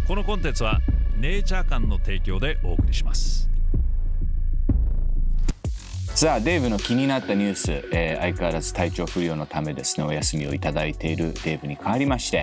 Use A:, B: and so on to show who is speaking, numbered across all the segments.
A: このコンテンツはネイチャー館の提供でお送りします。
B: さあデーブの気になったニュース、相変わらず体調不良のためですねお休みをいただいているデーブに代わりまして、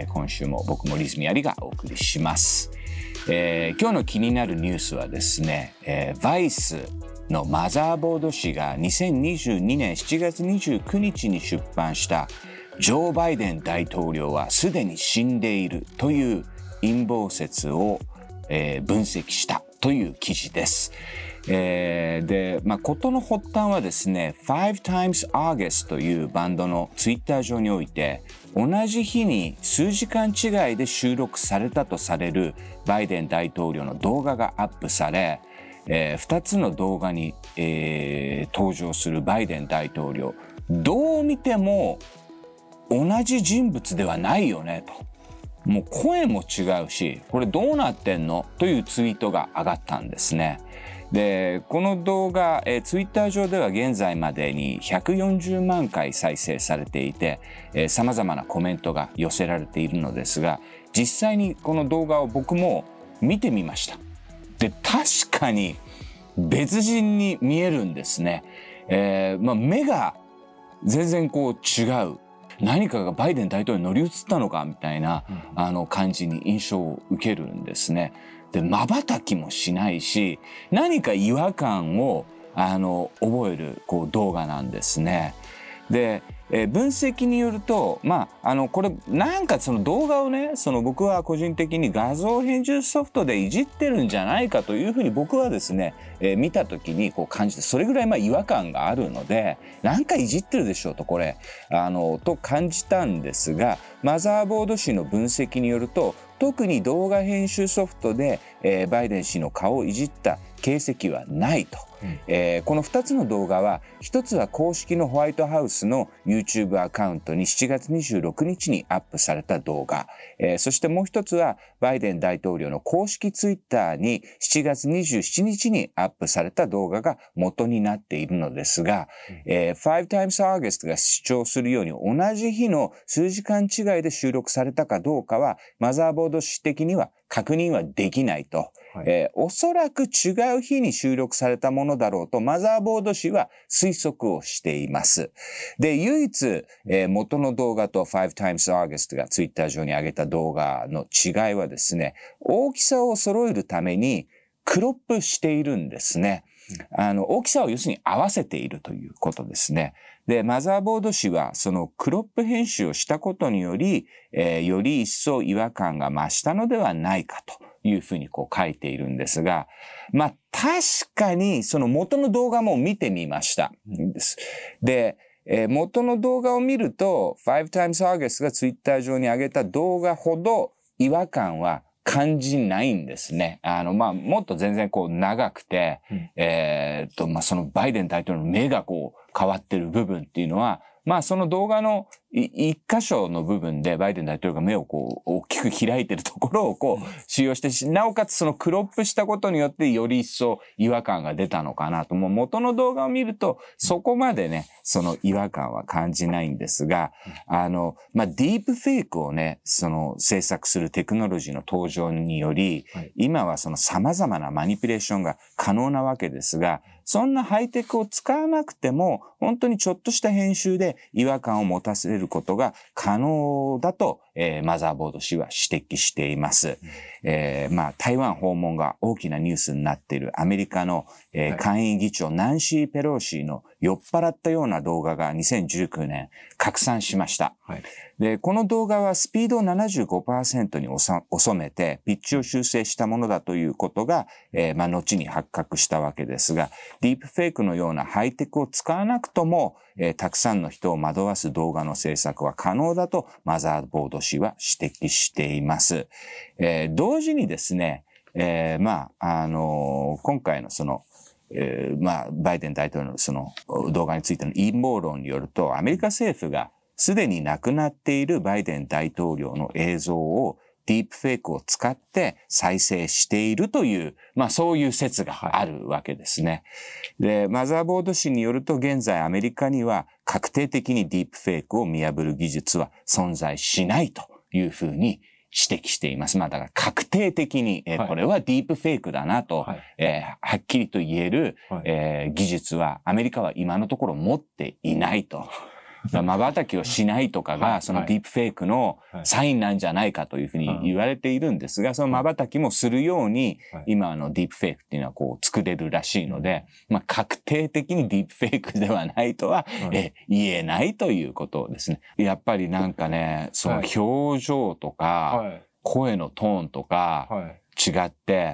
B: 今週も僕もリズミアリがお送りします。今日の気になるニュースはですね、バイスのマザーボード誌が2022年7月29日に出版したジョー・バイデン大統領はすでに死んでいるという陰謀説を、分析したという記事です。で、事の発端はですね、Five Times August というバンドのツイッター上において、同じ日に数時間違いで収録されたとされるバイデン大統領の動画がアップされ、2つの動画に、登場するバイデン大統領、どう見ても同じ人物ではないよねと。もう声も違うし、これどうなってんのというツイートが上がったんですね。で、この動画、ツイッター上では現在までに140万回再生されていて、様々なコメントが寄せられているのですが、実際にこの動画を僕も見てみました。で、確かに別人に見えるんですね。目が全然こう違う。何かがバイデン大統領に乗り移ったのかみたいな、感じに印象を受けるんですね。で、瞬きもしないし、何か違和感を覚える動画なんですね。で、分析によると、これなんかその動画をね、僕は個人的に画像編集ソフトでいじってるんじゃないかというふうに僕はですね、見た時に感じて、それぐらい違和感があるので、なんかいじってるでしょうとこれと感じたんですが、マザーボード誌の分析によると、特に動画編集ソフトで、バイデン氏の顔をいじった形跡はないと。この2つの動画は、1つは公式のホワイトハウスの YouTube アカウントに7月26日にアップされた動画、そしてもう1つはバイデン大統領の公式 Twitter に7月27日にアップされた動画が元になっているのですが、Five Times August が主張するように同じ日の数時間違いで収録されたかどうかはマザーボード誌的には確認はできないと。おそらく違う日に収録されたものだろうとマザーボード誌は推測をしています。で、唯一、元の動画と Five Times August がツイッター上に上げた動画の違いはですね、大きさを揃えるためにクロップしているんですね。大きさを要するに合わせているということですね。で、マザーボード誌はそのクロップ編集をしたことにより、より一層違和感が増したのではないかというふうに書いているんですが、確かにその元の動画も見てみました。で、元の動画を見ると、Five Times August がツイッター上に上げた動画ほど違和感は感じないんですね。もっと全然長くて、そのバイデン大統領の目が変わってる部分っていうのは、その動画の一箇所の部分でバイデン大統領が目を大きく開いてるところを使用してし、なおかつそのクロップしたことによってより一層違和感が出たのかなと。もう元の動画を見るとそこまでね、その違和感は感じないんですが、ディープフェイクをね、制作するテクノロジーの登場により、今はその様々なマニピュレーションが可能なわけですが、そんなハイテクを使わなくても、本当にちょっとした編集で違和感を持たせることが可能だと、マザーボード氏は指摘しています。台湾訪問が大きなニュースになっているアメリカの、下院議長ナンシー・ペローシーの酔っ払ったような動画が2019年拡散しました。で、この動画はスピードを 75% に収めてピッチを修正したものだということが、後に発覚したわけですが、ディープフェイクのようなハイテクを使わなくとも、たくさんの人を惑わす動画の制作は可能だとマザーボード氏は指摘しています。同時にですね、今回のバイデン大統領のその動画についての陰謀論によると、アメリカ政府がすでに亡くなっているバイデン大統領の映像をディープフェイクを使って再生しているという、そういう説があるわけですね。で、マザーボード誌によると現在アメリカには確定的にディープフェイクを見破る技術は存在しないというふうに指摘しています。だから確定的に、これはディープフェイクだなと、はっきりと言える、技術はアメリカは今のところ持っていないと。瞬きをしないとかが、そのディープフェイクのサインなんじゃないかというふうに言われているんですが、その瞬きもするように、今ディープフェイクっていうのは作れるらしいので、確定的にディープフェイクではないとは、言えないということですね。やっぱりなんかね、その表情とか、声のトーンとか、違って、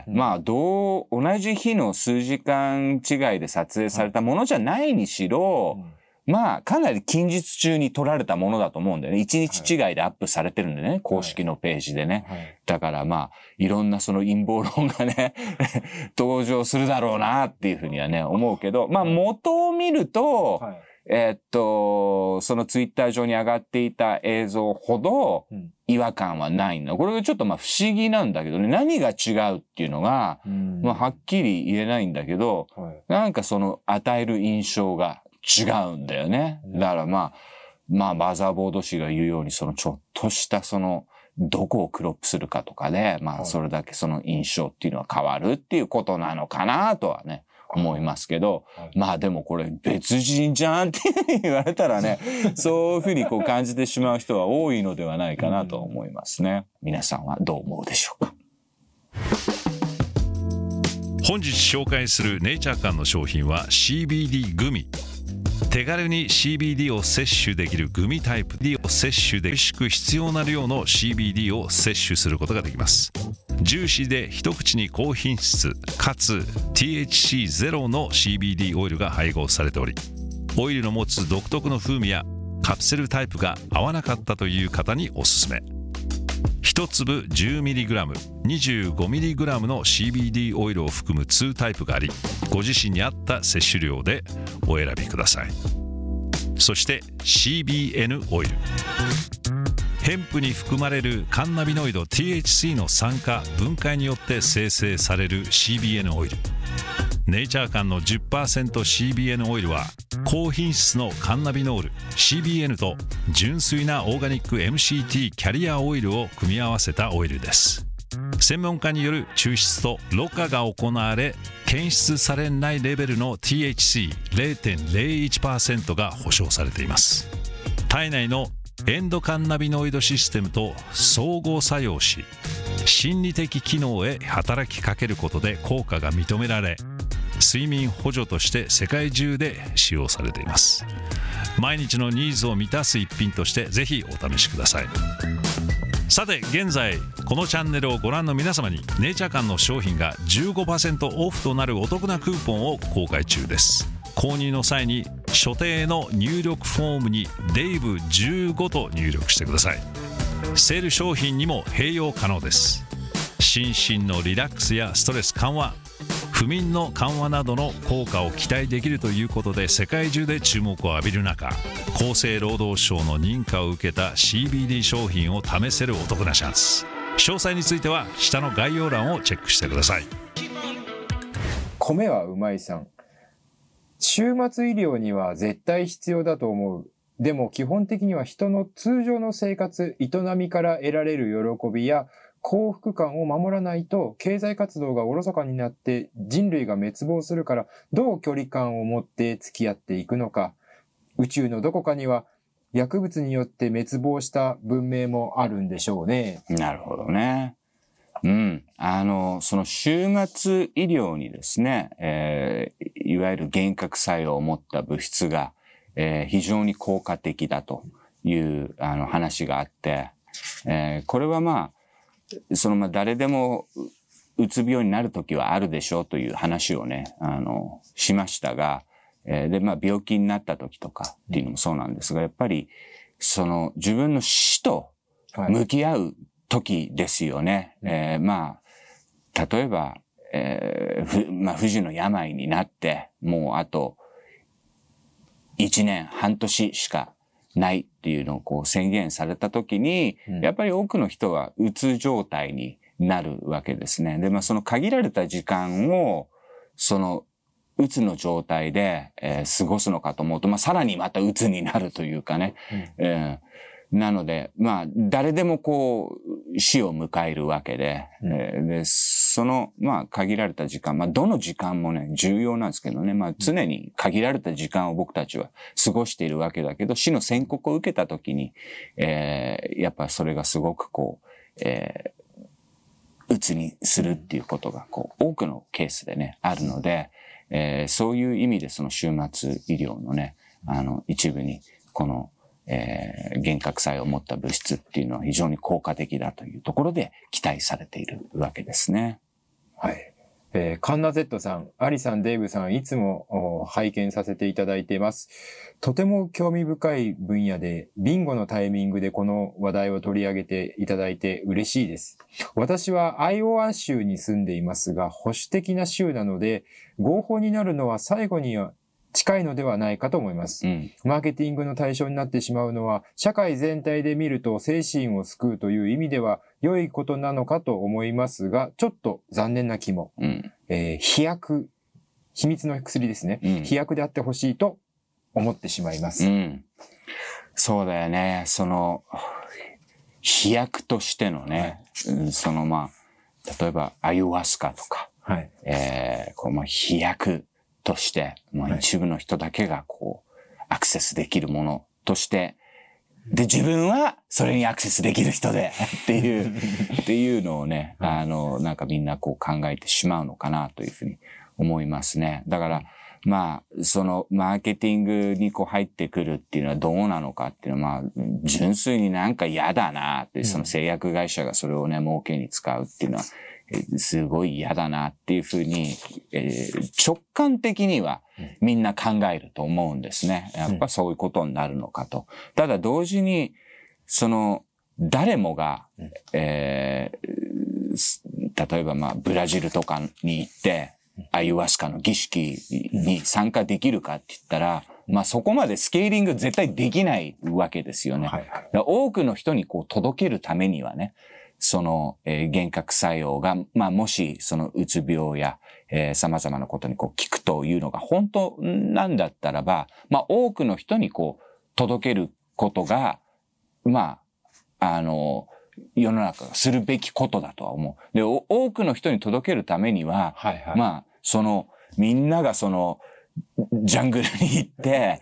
B: 同じ日の数時間違いで撮影されたものじゃないにしろ、かなり近日中に撮られたものだと思うんだよね。1日違いでアップされてるんでね、公式のページでね。だからいろんなその陰謀論がね、登場するだろうなっていうふうにはね、思うけど、元を見ると、そのツイッター上に上がっていた映像ほど違和感はないんだ。これがちょっと不思議なんだけどね、何が違うっていうのが、はっきり言えないんだけど、なんかその与える印象が違うんだよね。だからマザーボード氏が言うように、そのちょっとしたどこをクロップするかとかで、それだけその印象っていうのは変わるっていうことなのかなとはね、思いますけど、でもこれ別人じゃんって言われたらね、そういうふうに感じてしまう人は多いのではないかなと思いますね。皆さんはどう思うでしょうか。
A: 本日紹介するネイチャー館の商品は CBD グミ。手軽に CBD を摂取できるグミタイプを摂取で必要な量の CBD を摂取することができます。ジューシーで一口に高品質かつ THC ゼロの CBD オイルが配合されており、オイルの持つ独特の風味やカプセルタイプが合わなかったという方におすすめ。1粒 10mg、25mg の CBD オイルを含む2タイプがあり、ご自身に合った摂取量でお選びください。そして CBN オイル。ヘンプに含まれるカンナビノイド THC の酸化・分解によって生成される CBN オイル。ネイチャー館の 10%CBN オイルは高品質のカンナビノール CBN と純粋なオーガニック MCT キャリアオイルを組み合わせたオイルです。専門家による抽出とろ過が行われ、検出されないレベルの THC0.01% が保証されています。体内のエンドカンナビノイドシステムと相互作用し、心理的機能へ働きかけることで効果が認められ、睡眠補助として世界中で使用されています。毎日のニーズを満たす一品としてぜひお試しください。さて現在このチャンネルをご覧の皆様にネイチャー館の商品が 15% オフとなるお得なクーポンを公開中です。購入の際に所定の入力フォームにデイブ15と入力してください。セール商品にも併用可能です。心身のリラックスやストレス緩和、不眠の緩和などの効果を期待できるということで世界中で注目を浴びる中、厚生労働省の認可を受けた CBD 商品を試せるお得なチャンス。詳細については下の概要欄をチェックしてください。
C: 米はうまいさん。終末医療には絶対必要だと思う。でも基本的には人の通常の生活、営みから得られる喜びや幸福感を守らないと経済活動がおろそかになって人類が滅亡するから、どう距離感を持って付き合っていくのか。宇宙のどこかには薬物によって滅亡した文明もあるんでしょうね。
B: なるほどね。その終末医療にですね、いわゆる幻覚作用を持った物質が、非常に効果的だという話があって、これは誰でもうつ病になるときはあるでしょうという話をね、しましたが、病気になったときとかっていうのもそうなんですが、やっぱり自分の死と向き合う時ですよね。例えば、不治の病になって、もうあと1年、半年しかないっていうのを宣言された時に、やっぱり多くの人はうつ状態になるわけですね。で、その限られた時間を、うつの状態で、過ごすのかと思うと、さらにまたうつになるというかね。 なので、まあ、誰でもこう、死を迎えるわけで、で、その、まあ、限られた時間、まあ、どの時間もね、重要なんですけどね、まあ、常に限られた時間を僕たちは過ごしているわけだけど、死の宣告を受けたときに、やっぱそれがすごくこう、鬱にするっていうことが、こう、多くのケースでね、あるので、そういう意味でその終末医療のね、一部に、この、幻覚作用を持った物質っていうのは非常に効果的だというところで期待されているわけですね。
C: はい。カンナ Z さん、アリさん、デーブさん、いつも拝見させていただいています。とても興味深い分野で、ビンゴのタイミングでこの話題を取り上げていただいて嬉しいです。私はアイオワ州に住んでいますが、保守的な州なので、合法になるのは最後には近いのではないかと思います。マーケティングの対象になってしまうのは、社会全体で見ると精神を救うという意味では良いことなのかと思いますが、ちょっと残念な気も。飛躍、秘密の薬ですね。飛躍であってほしいと思ってしまいます。
B: そうだよね。その、飛躍としてのね、そのまあ、例えばアユワスカとか、こうまあ飛躍として、まあ、一部の人だけがこう、アクセスできるものとして、で、自分はそれにアクセスできる人でっていうのをね、なんかみんなこう考えてしまうのかなというふうに思いますね。だから、まあ、そのマーケティングにこう入ってくるっていうのはどうなのかっていうのは、まあ、純粋になんか嫌だなって、その製薬会社がそれをね、儲けに使うっていうのは、すごい嫌だなっていうふうに、直感的にはみんな考えると思うんですね。やっぱそういうことになるのかと。ただ同時に、その、誰もが、例えばまあ、ブラジルとかに行って、アユワスカの儀式に参加できるかって言ったら、まあそこまでスケーリング絶対できないわけですよね。多くの人にこう届けるためにはね、その、幻覚作用が、まあもしそのうつ病や、様々なことにこう効くというのが本当なんだったらば、まあ多くの人にこう届けることが、まあ、世の中がするべきことだとは思う。で、多くの人に届けるためには、まあ、その、みんながその、ジャングルに行って、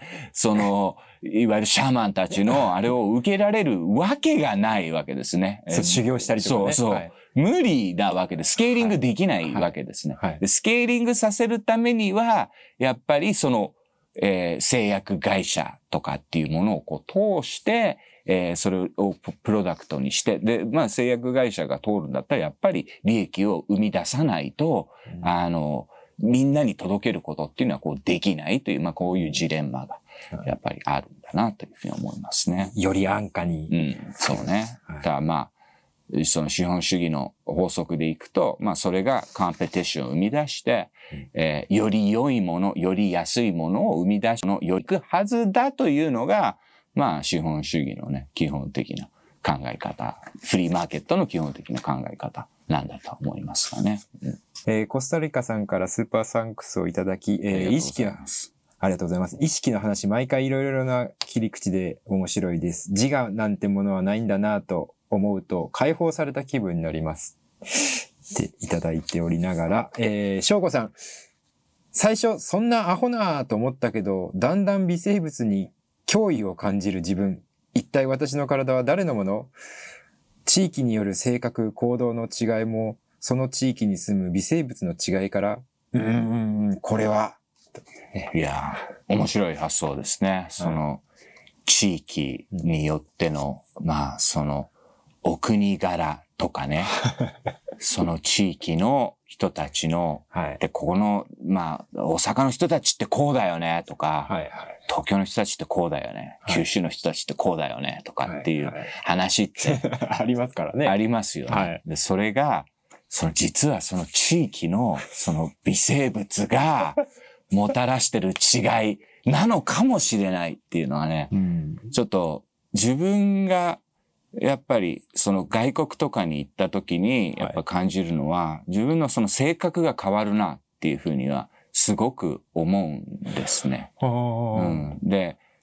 B: その、いわゆるシャーマンたちのあれを受けられるわけがないわけですね。
C: 修行したりとかね。
B: そう。無理なわけで、スケーリングできないわけですね。でスケーリングさせるためには、やっぱりその、製薬会社とかっていうものをこう通して、それをプロダクトにして、で、まあ製薬会社が通るんだったらやっぱり利益を生み出さないと、みんなに届けることっていうのはこうできないという、まあこういうジレンマがやっぱりあるんだなというふうに思いますね。
C: より安価に。
B: そうね。だからまあ、その資本主義の法則でいくと、まあそれがコンペティションを生み出して、より良いもの、より安いものを生み出し、よりいくはずだというのが、まあ資本主義のね、基本的な考え方、フリーマーケットの基本的な考え方なんだと思いますがね。
C: コスタリカさんからスーパーサンクスをいただき、意識の、ありがとうございます。意識の話、毎回いろいろな切り口で面白いです。自我なんてものはないんだなと思うと、解放された気分になります。っていただいておりながら、翔子さん、最初そんなアホなと思ったけど、だんだん微生物に脅威を感じる自分。一体私の体は誰のもの？地域による性格、行動の違いも、その地域に住む微生物の違いから、これは。
B: いやー、面白い発想ですね。その、地域によっての、まあ、その、お国柄とかね、その地域の人たちの、で、ここの、まあ、大阪の人たちってこうだよね、とか、東京の人たちってこうだよね、九州の人たちってこうだよね、とかっていう話って
C: ありますからね。
B: ありますよね。で、それが、実はその地域の、その微生物がもたらしてる違いなのかもしれないっていうのはね、ちょっと自分が、やっぱりその外国とかに行った時にやっぱ感じるのは、自分のその性格が変わるなっていうふうにはすごく思うんですね。で、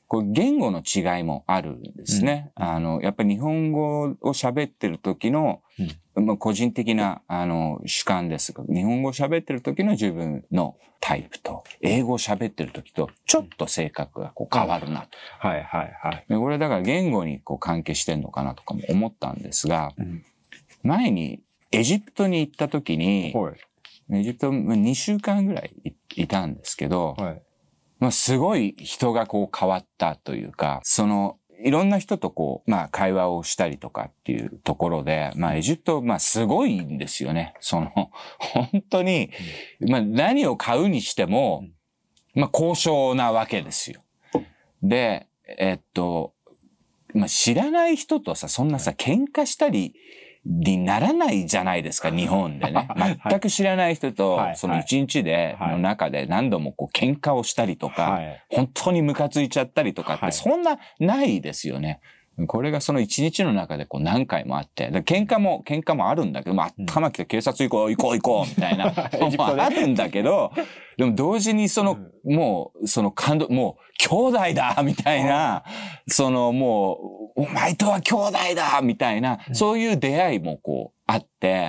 B: こう言語の違いもあるんですね。やっぱり日本語を喋ってる時の、個人的な、主観ですが、日本語を喋ってる時の自分のタイプと、英語を喋ってる時と、ちょっと性格がこう変わるなと。
C: はいはいはい。
B: これだから言語にこう関係してんのかなとかも思ったんですが、前にエジプトに行った時に、エジプト2週間ぐらいいたんですけど、すごい人がこう変わったというか、いろんな人とこう、会話をしたりとかっていうところで、エジプト、すごいんですよね。本当に、何を買うにしても、交渉なわけですよ。で、知らない人とさ、そんなさ、喧嘩したりにならないじゃないですか、日本でね。全く知らない人と、その一日の中で何度もこう喧嘩をしたりとか、本当にムカついちゃったりとかって、そんなないですよね。これがその一日の中でこう何回もあって、喧嘩もあるんだけど、頭きて警察行こう、みたいな、あるんだけど、でも同時にもう兄弟だみたいな、もう、お前とは兄弟だみたいな、そういう出会いもこうあって、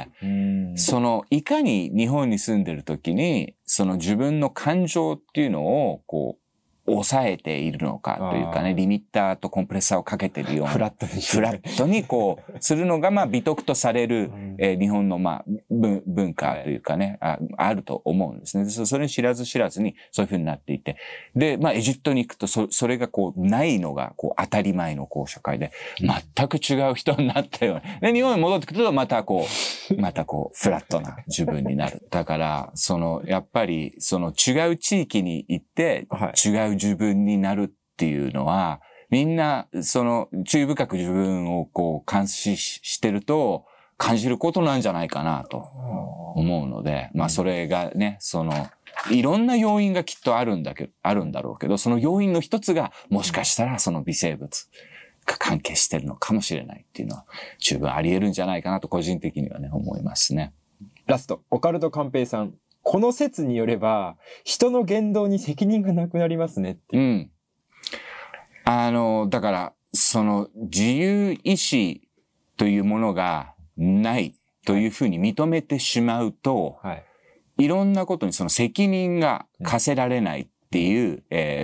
B: いかに日本に住んでる時に、自分の感情っていうのを、こう、抑えているのかというかね、リミッターとコンプレッサーをかけているような。フラットにこう、するのが美徳とされる、日本の文化というかね、あると思うんですね。それに知らずにそういう風になっていて。で、エジプトに行くとそれがこう、ないのがこう、当たり前のこう、社会で、全く違う人になったように。で、日本に戻ってくるとまたこう、フラットな自分になる。だから、やっぱり、違う地域に行って、違う自分になるっていうのは、みんな、注意深く自分をこう、監視してると、感じることなんじゃないかなと思うので、それがね、いろんな要因がきっとあるんだろうけど、その要因の一つが、もしかしたらその微生物が関係してるのかもしれないっていうのは、十分あり得るんじゃないかなと個人的にはね、思いますね。
C: ラスト、オカルト寛平さん。この説によれば、人の言動に責任がなくなりますねって。
B: だから、自由意志というものがないというふうに認めてしまうと、いろんなことに責任が課せられないっていう、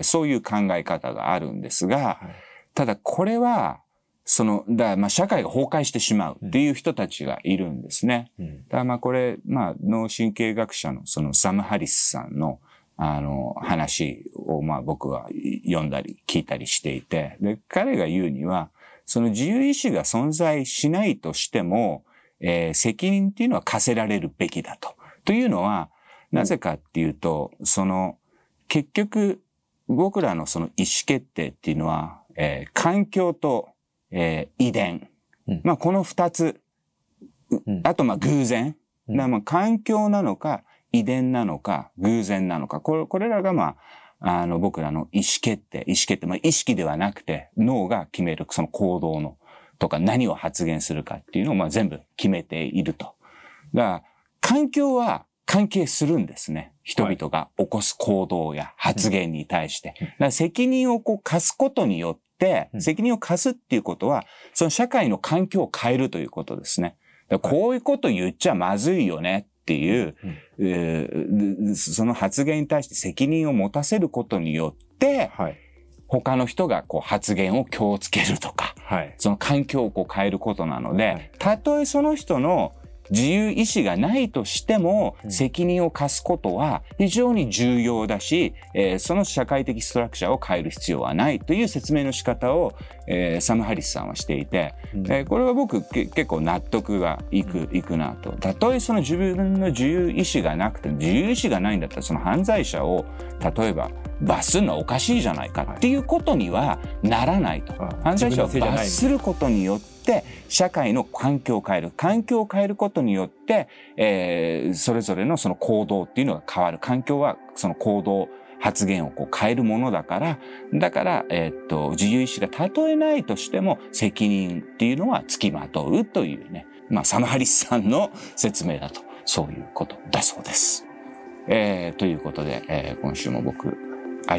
B: そういう考え方があるんですが、ただこれは、社会が崩壊してしまうっていう人たちがいるんですね。だからこれ、脳神経学者のサム・ハリスさんの、話を僕は読んだり聞いたりしていて、で、彼が言うには、自由意志が存在しないとしても、責任っていうのは課せられるべきだと。というのは、なぜかっていうと、結局、僕らの意思決定っていうのは、環境と、遺伝。この二つ。あと、偶然。環境なのか、遺伝なのか、偶然なのか。これらが、僕らの意思決定、意識ではなくて、脳が決める、行動の、とか何を発言するかっていうのを、全部決めていると。だから、環境は関係するんですね。人々が起こす行動や発言に対して。だから責任を課すことによって、責任を課すっていうことは、その社会の環境を変えるということですね。だからこういうこと言っちゃまずいよねっていう、その発言に対して責任を持たせることによって、他の人が発言を気をつけるとか、その環境を変えることなので、たとえその人の自由意志がないとしても、責任を課すことは非常に重要だし、その社会的ストラクチャーを変える必要はないという説明の仕方を、サム・ハリスさんはしていて、これは僕結構納得がいくなと。たとえその自分の自由意志がなくて、自由意志がないんだったらその犯罪者を例えば罰するのはおかしいじゃないかっていうことにはならないと。犯罪者を罰することによって社会の環境を変える。環境を変えることによって、それぞれのその行動っていうのが変わる。環境はその行動、発言を変えるものだから、自由意志がたとえないとしても責任っていうのは付きまとうというね。サム・ハリスさんの説明だと、そういうことだそうです。ということで、今週も僕、ありの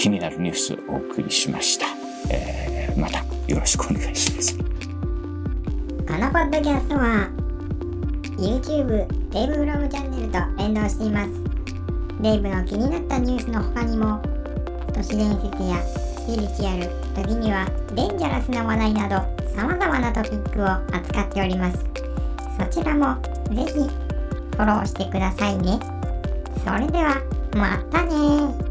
B: 気になるニュースをお送りしました。またよろしくお願いします。
D: このポッドキャストは YouTube デイブフロムチャンネルと連動しています。デイブの気になったニュースの他にも、都市伝説やスピリチュアル、時にはデンジャラスな話題など様々なトピックを扱っております。そちらもぜひフォローしてくださいね。それではまたね。